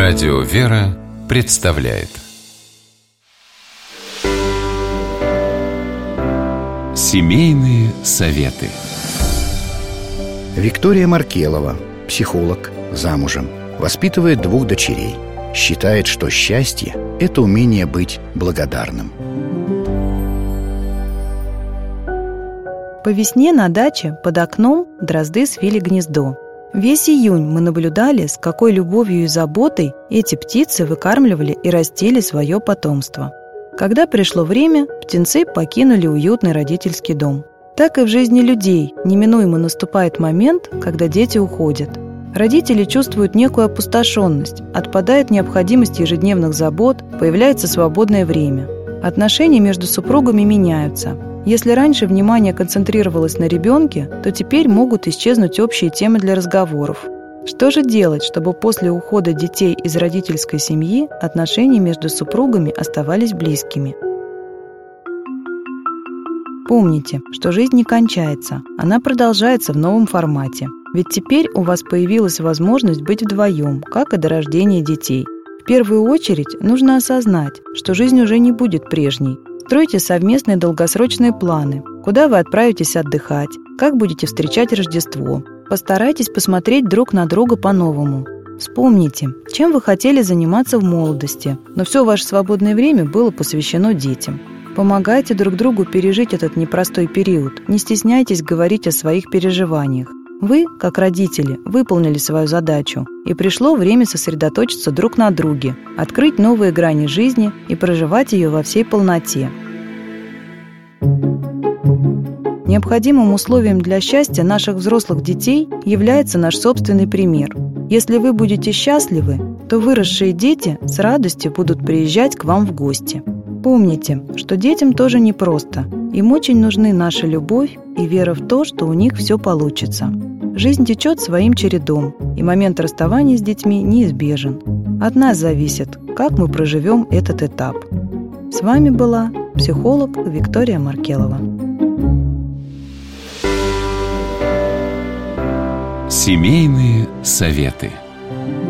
Радио «Вера» представляет Семейные советы. Виктория Маркелова, психолог, замужем, воспитывает 2 дочерей. Считает, что счастье – это умение быть благодарным. По весне на даче под окном дрозды свили гнездо. Весь июнь мы наблюдали, с какой любовью и заботой эти птицы выкармливали и растили свое потомство. Когда пришло время, птенцы покинули уютный родительский дом. Так и в жизни людей неминуемо наступает момент, когда дети уходят. Родители чувствуют некую опустошенность, отпадает необходимость ежедневных забот, появляется свободное время. Отношения между супругами меняются. Если раньше внимание концентрировалось на ребенке, то теперь могут исчезнуть общие темы для разговоров. Что же делать, чтобы после ухода детей из родительской семьи отношения между супругами оставались близкими? Помните, что жизнь не кончается, она продолжается в новом формате. Ведь теперь у вас появилась возможность быть вдвоем, как и до рождения детей. В первую очередь нужно осознать, что жизнь уже не будет прежней. Стройте совместные долгосрочные планы, куда вы отправитесь отдыхать, как будете встречать Рождество. Постарайтесь посмотреть друг на друга по-новому. Вспомните, чем вы хотели заниматься в молодости, но все ваше свободное время было посвящено детям. Помогайте друг другу пережить этот непростой период, не стесняйтесь говорить о своих переживаниях. Вы, как родители, выполнили свою задачу, и пришло время сосредоточиться друг на друге, открыть новые грани жизни и проживать ее во всей полноте. Необходимым условием для счастья наших взрослых детей является наш собственный пример. Если вы будете счастливы, то выросшие дети с радостью будут приезжать к вам в гости. Помните, что детям тоже непросто. Им очень нужны наша любовь и вера в то, что у них все получится. Жизнь течет своим чередом, и момент расставания с детьми неизбежен. От нас зависит, как мы проживем этот этап. С вами была психолог Виктория Маркелова. Семейные советы.